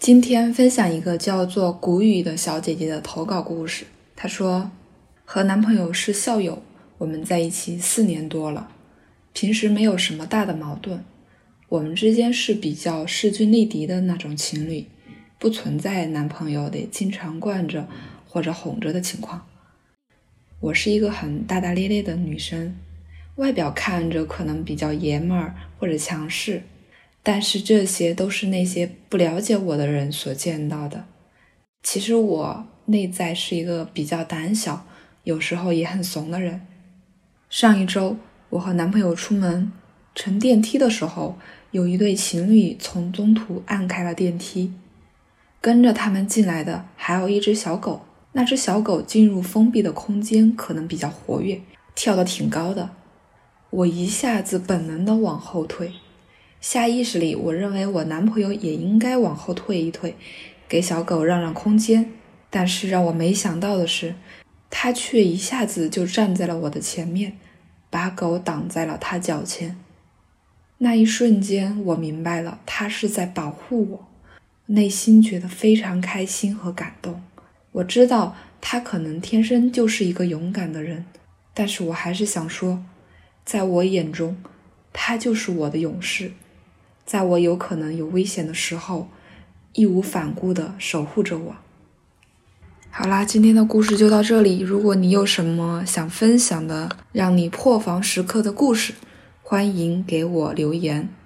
今天分享一个叫做谷雨的小姐姐的投稿故事。她说，和男朋友是校友，我们在一起4年多了，平时没有什么大的矛盾，我们之间是比较势均力敌的那种情侣，不存在男朋友得经常惯着或者哄着的情况。我是一个很大大咧咧的女生，外表看着可能比较爷们儿或者强势，但是这些都是那些不了解我的人所见到的。其实我内在是一个比较胆小，有时候也很怂的人。上一周，我和男朋友出门，乘电梯的时候，有一对情侣从中途按开了电梯，跟着他们进来的还有一只小狗。那只小狗进入封闭的空间可能比较活跃，跳得挺高的。我一下子本能地往后退，下意识里我认为我男朋友也应该往后退一退，给小狗让让空间。但是让我没想到的是，他却一下子就站在了我的前面，把狗挡在了他脚前。那一瞬间我明白了，他是在保护我，内心觉得非常开心和感动。我知道他可能天生就是一个勇敢的人，但是我还是想说，在我眼中，他就是我的勇士，在我有可能有危险的时候，义无反顾地守护着我。好啦，今天的故事就到这里。如果你有什么想分享的，让你破防时刻的故事，欢迎给我留言。